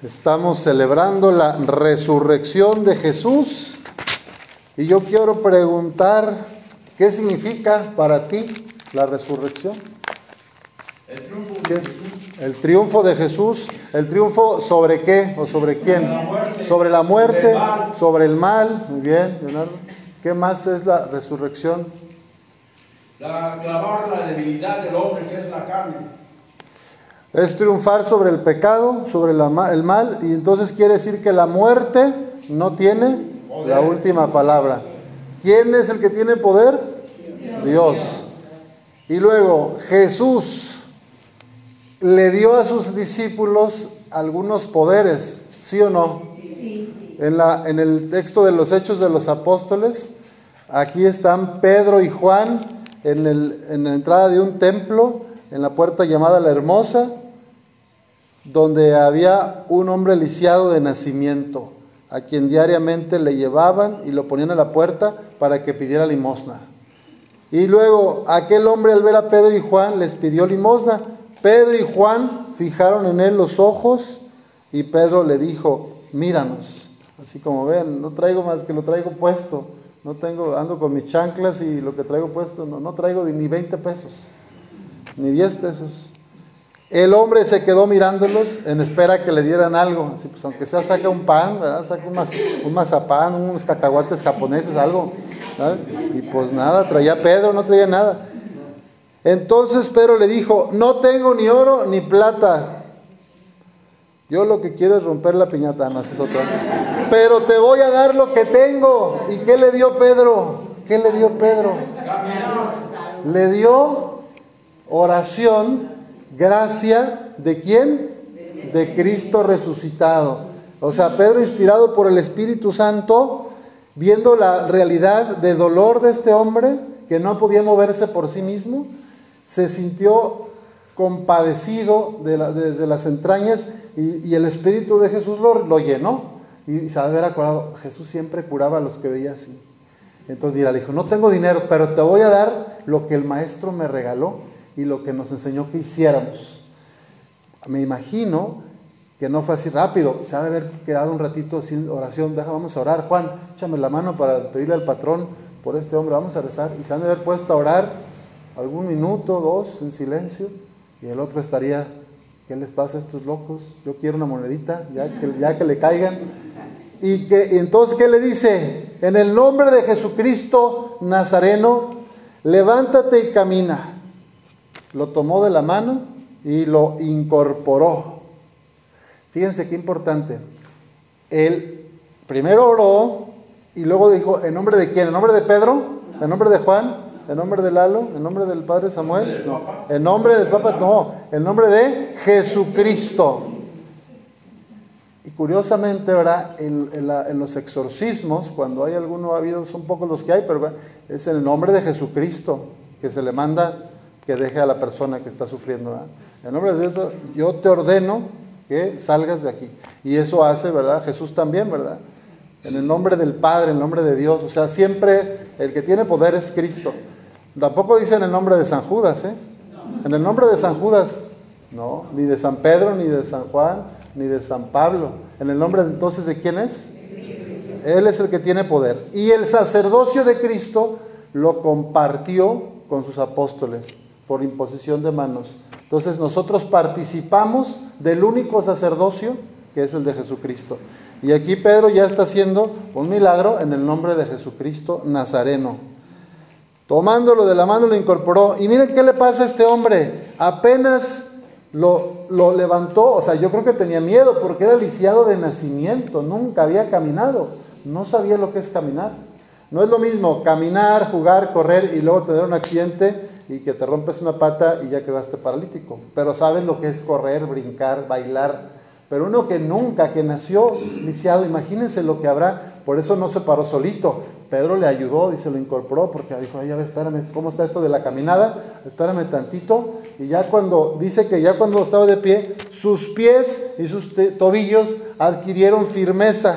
Estamos celebrando la resurrección de Jesús y yo quiero preguntar, ¿qué significa para ti la resurrección? El triunfo ¿Qué de es? Jesús. El triunfo de Jesús. ¿El triunfo sobre qué o sobre quién? Sobre la muerte, sobre el mal. Muy bien, Leonardo. ¿Qué más es la resurrección? Clavar la debilidad del hombre, que es la carne. Es triunfar sobre el pecado, sobre el mal, y entonces quiere decir que la muerte no tiene la última palabra. ¿Quién es el que tiene poder? Dios. Y luego Jesús le dio a sus discípulos algunos poderes, ¿sí o no? En el texto de los Hechos de los Apóstoles, aquí están Pedro y Juan en la entrada de un templo, en la puerta llamada La Hermosa, donde había un hombre lisiado de nacimiento, a quien diariamente le llevaban y lo ponían a la puerta para que pidiera limosna. Y luego aquel hombre, al ver a Pedro y Juan, les pidió limosna. Pedro y Juan fijaron en él los ojos y Pedro le dijo: míranos. Así como ven, no traigo más que lo traigo puesto, ando con mis chanclas y lo que traigo puesto, no traigo ni 20 pesos, ni 10 pesos. El hombre se quedó mirándolos en espera que le dieran algo. Así pues, aunque sea, saca un pan, ¿verdad? Saca un mazapán, unos cacahuates japoneses, algo, ¿verdad? Y pues nada, traía Pedro, no traía nada. Entonces Pedro le dijo: no tengo ni oro ni plata. Yo lo que quiero es romper la piñata, no, es otra. Pero te voy a dar lo que tengo. ¿Y qué le dio Pedro? ¿Qué le dio Pedro? Le dio oración. Gracia, ¿de quién? De Cristo resucitado. O sea, Pedro, inspirado por el Espíritu Santo, viendo la realidad de dolor de este hombre, que no podía moverse por sí mismo, se sintió compadecido desde las entrañas y el Espíritu de Jesús lo llenó. Y se ha de haber acordado, Jesús siempre curaba a los que veía así. Entonces, mira, le dijo: no tengo dinero, pero te voy a dar lo que el Maestro me regaló y lo que nos enseñó que hiciéramos. Me imagino que no fue así rápido, se ha de haber quedado un ratito sin oración. Vamos a orar, Juan, échame la mano para pedirle al patrón por este hombre, vamos a rezar. Y se han de haber puesto a orar algún minuto, dos, en silencio, y el otro estaría: ¿qué les pasa a estos locos? Yo quiero una monedita, ya que le caigan. Y entonces, ¿qué le dice? En el nombre de Jesucristo Nazareno, levántate y camina. Lo tomó de la mano y lo incorporó. Fíjense qué importante. Él primero oró y luego dijo: ¿en nombre de quién? ¿En nombre de Pedro? ¿En nombre de Juan? ¿En nombre de Lalo? ¿En nombre del Padre Samuel? No. ¿En nombre del Papa? No. ¿En nombre de Jesucristo? Y curiosamente, ¿verdad? En los exorcismos, cuando hay alguno, son pocos los que hay, pero es en el nombre de Jesucristo que se le manda que deje a la persona que está sufriendo, ¿verdad? En nombre de Dios, yo te ordeno que salgas de aquí. Y eso hace, ¿verdad? Jesús también, ¿verdad? En el nombre del Padre, en el nombre de Dios. O sea, siempre el que tiene poder es Cristo. Tampoco dice en el nombre de San Judas, ¿eh? En el nombre de San Judas, no, ni de San Pedro, ni de San Juan, ni de San Pablo. En el nombre entonces, ¿de quién es? Él es el que tiene poder. Y el sacerdocio de Cristo lo compartió con sus apóstoles por imposición de manos. Entonces nosotros participamos del único sacerdocio, que es el de Jesucristo. Y aquí Pedro ya está haciendo un milagro en el nombre de Jesucristo Nazareno. Tomándolo de la mano lo incorporó. Y miren qué le pasa a este hombre. Apenas lo levantó, o sea, yo creo que tenía miedo porque era lisiado de nacimiento, nunca había caminado, no sabía lo que es caminar. No es lo mismo caminar, jugar, correr y luego tener un accidente y que te rompes una pata y ya quedaste paralítico. Pero sabes lo que es correr, brincar, bailar. Pero uno que nunca, que nació lisiado, imagínense lo que habrá. Por eso no se paró solito. Pedro le ayudó y se lo incorporó porque dijo: ay, a ver, espérame, ¿cómo está esto de la caminada? Espérame tantito. Y ya dice que ya cuando estaba de pie, sus pies y sus tobillos adquirieron firmeza.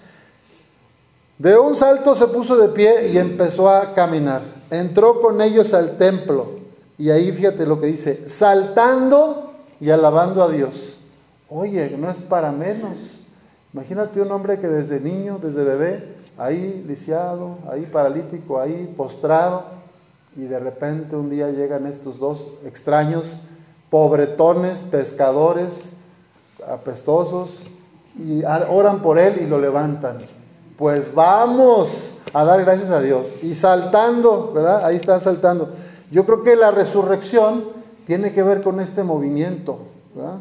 De un salto se puso de pie y empezó a caminar. Entró con ellos al templo. Y ahí fíjate lo que dice: saltando y alabando a Dios. Oye, no es para menos. Imagínate un hombre que desde niño, desde bebé, ahí lisiado, ahí paralítico, ahí postrado, y de repente un día llegan estos dos extraños, pobretones, pescadores, apestosos, y oran por él y lo levantan. Pues vamos a dar gracias a Dios. Y saltando, ¿verdad? Ahí están saltando. Yo creo que la resurrección tiene que ver con este movimiento, ¿verdad?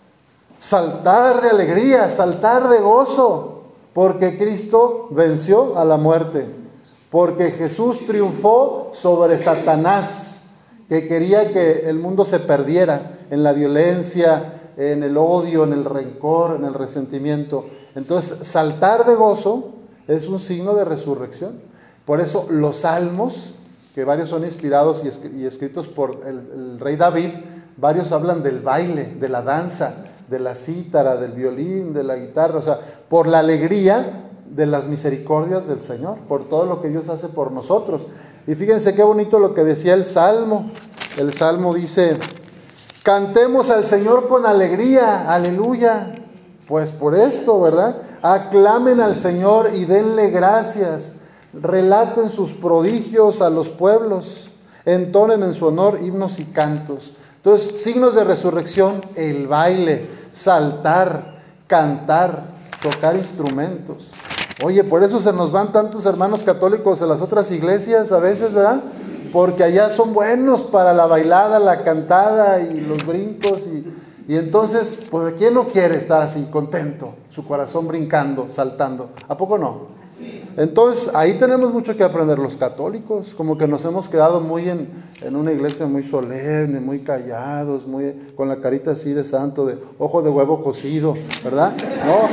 Saltar de alegría, saltar de gozo, porque Cristo venció a la muerte, porque Jesús triunfó sobre Satanás, que quería que el mundo se perdiera en la violencia, en el odio, en el rencor, en el resentimiento. Entonces, saltar de gozo es un signo de resurrección. Por eso los salmos, que varios son inspirados y escritos por el rey David, varios hablan del baile, de la danza, de la cítara, del violín, de la guitarra, o sea, por la alegría de las misericordias del Señor, por todo lo que Dios hace por nosotros. Y fíjense qué bonito lo que decía el Salmo. El Salmo dice: cantemos al Señor con alegría, aleluya. Pues por esto, ¿verdad? Aclamen al Señor y denle gracias. Relaten sus prodigios a los pueblos. Entonen en su honor himnos y cantos. Entonces, signos de resurrección: el baile, saltar, cantar, tocar instrumentos. Oye, por eso se nos van tantos hermanos católicos a las otras iglesias a veces, ¿verdad? Porque allá son buenos para la bailada, la cantada y los brincos. Y entonces, pues, ¿quién no quiere estar así, contento, su corazón brincando, saltando? ¿A poco no? Entonces, ahí tenemos mucho que aprender los católicos, como que nos hemos quedado muy en una iglesia muy solemne, muy callados, muy con la carita así de santo, de ojo de huevo cocido, ¿verdad? No,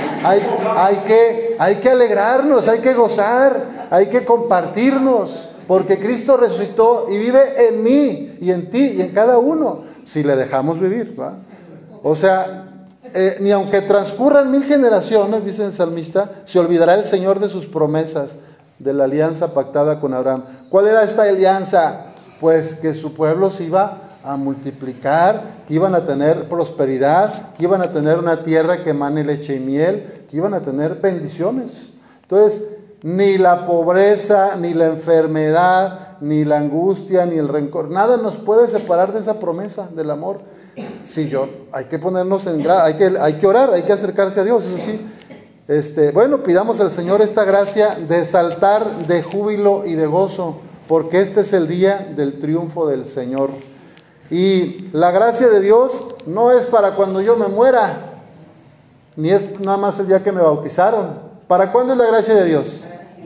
hay que alegrarnos, hay que gozar, hay que compartirnos, porque Cristo resucitó y vive en mí y en ti y en cada uno, si le dejamos vivir, ¿verdad? O sea, ni aunque transcurran 1000 generaciones, dice el salmista, se olvidará el Señor de sus promesas, de la alianza pactada con Abraham. ¿Cuál era esta alianza? Pues que su pueblo se iba a multiplicar, que iban a tener prosperidad, que iban a tener una tierra que emane leche y miel, que iban a tener bendiciones. Entonces, ni la pobreza, ni la enfermedad, ni la angustia, ni el rencor, nada nos puede separar de esa promesa del amor. Sí, hay que ponernos hay que orar, hay que acercarse a Dios, eso sí. Bueno, pidamos al Señor esta gracia de saltar de júbilo y de gozo, porque este es el día del triunfo del Señor. Y la gracia de Dios no es para cuando yo me muera, ni es nada más el día que me bautizaron. ¿Para cuándo es la gracia de Dios?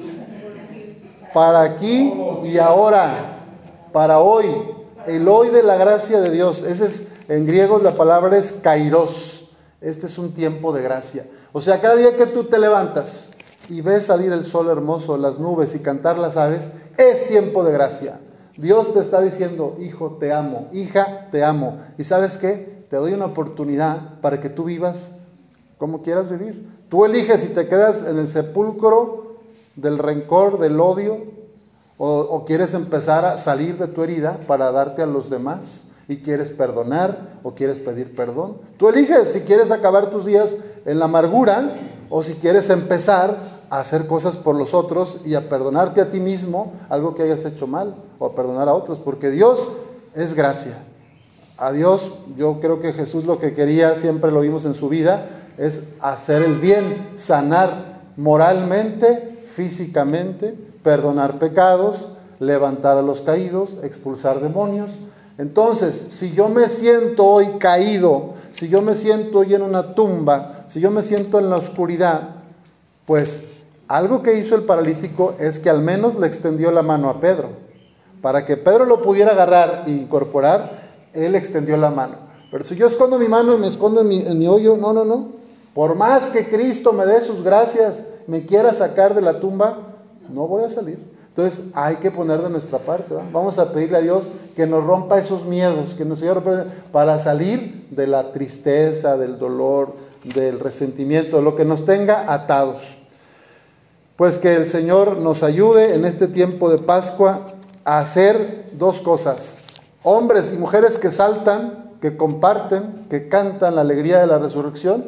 Para aquí y ahora, para hoy. El hoy de la gracia de Dios, en griego la palabra es kairos. Este es un tiempo de gracia. O sea, cada día que tú te levantas y ves salir el sol hermoso, las nubes y cantar las aves, es tiempo de gracia. Dios te está diciendo: hijo, te amo, hija, te amo. ¿Y sabes qué? Te doy una oportunidad para que tú vivas como quieras vivir. Tú eliges si te quedas en el sepulcro del rencor, del odio, o quieres empezar a salir de tu herida para darte a los demás, y quieres perdonar o quieres pedir perdón. Tú eliges si quieres acabar tus días en la amargura o si quieres empezar a hacer cosas por los otros y a perdonarte a ti mismo algo que hayas hecho mal, o a perdonar a otros, porque Dios es gracia. A Dios, yo creo que Jesús lo que quería, siempre lo vimos en su vida, es hacer el bien, sanar moralmente, físicamente, perdonar pecados, levantar a los caídos, expulsar demonios. Entonces, si yo me siento hoy caído, si yo me siento hoy en una tumba, si yo me siento en la oscuridad, pues algo que hizo el paralítico es que al menos le extendió la mano a Pedro. Para que Pedro lo pudiera agarrar e incorporar, él extendió la mano. Pero si yo escondo mi mano y me escondo en mi hoyo, no. Por más que Cristo me dé sus gracias, me quiera sacar de la tumba, no voy a salir. Entonces hay que poner de nuestra parte, ¿verdad? Vamos a pedirle a Dios que nos rompa esos miedos, que nos ayude para salir de la tristeza, del dolor, del resentimiento, de lo que nos tenga atados. Pues que el Señor nos ayude en este tiempo de Pascua a hacer dos cosas: hombres y mujeres que saltan, que comparten, que cantan la alegría de la resurrección,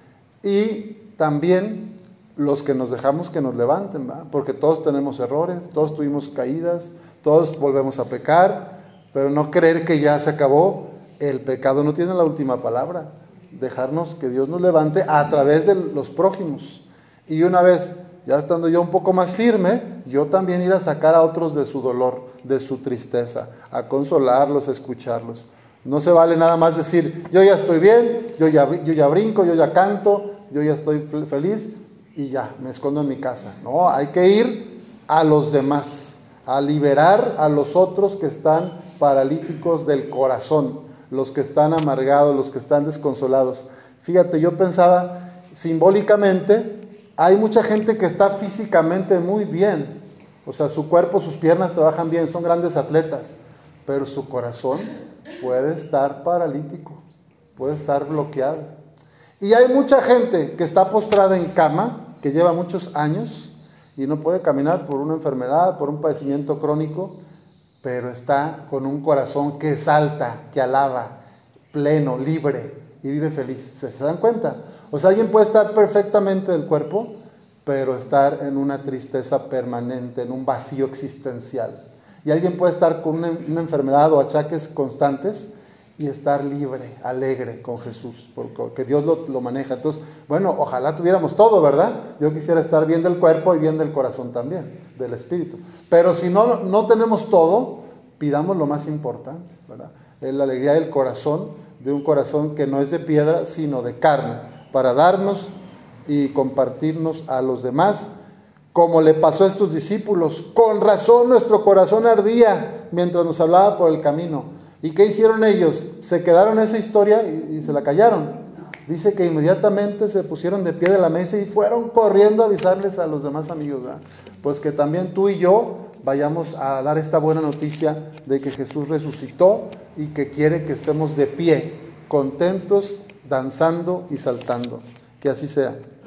y también los que nos dejamos que nos levanten, ¿verdad? Porque todos tenemos errores, todos tuvimos caídas, todos volvemos a pecar, pero no creer que ya se acabó. El pecado no tiene la última palabra. Dejarnos que Dios nos levante a través de los prójimos. Y una vez, ya estando yo un poco más firme, yo también ir a sacar a otros de su dolor, de su tristeza, a consolarlos, a escucharlos. No se vale nada más decir, yo ya estoy bien, yo ya brinco, yo ya canto, yo ya estoy feliz y ya, me escondo en mi casa. No, hay que ir a los demás, a liberar a los otros que están paralíticos del corazón, los que están amargados, los que están desconsolados. Fíjate, yo pensaba simbólicamente, hay mucha gente que está físicamente muy bien, o sea, su cuerpo, sus piernas trabajan bien, son grandes atletas, pero su corazón puede estar paralítico, puede estar bloqueado. Y hay mucha gente que está postrada en cama, que lleva muchos años y no puede caminar por una enfermedad, por un padecimiento crónico, pero está con un corazón que salta, que alaba, pleno, libre y vive feliz. ¿Se dan cuenta? O sea, alguien puede estar perfectamente del cuerpo, pero estar en una tristeza permanente, en un vacío existencial. Y alguien puede estar con una enfermedad o achaques constantes y estar libre, alegre con Jesús, porque Dios lo maneja. Entonces, bueno, ojalá tuviéramos todo, ¿verdad? Yo quisiera estar bien del cuerpo y bien del corazón también, del espíritu. Pero si no tenemos todo, pidamos lo más importante, ¿verdad? Es la alegría del corazón, de un corazón que no es de piedra, sino de carne, para darnos y compartirnos a los demás, como le pasó a estos discípulos. Con razón nuestro corazón ardía mientras nos hablaba por el camino. ¿Y qué hicieron ellos? Se quedaron esa historia y se la callaron. Dice que inmediatamente se pusieron de pie de la mesa y fueron corriendo a avisarles a los demás amigos, ¿verdad? Pues que también tú y yo vayamos a dar esta buena noticia de que Jesús resucitó y que quiere que estemos de pie, contentos, danzando y saltando. Que así sea.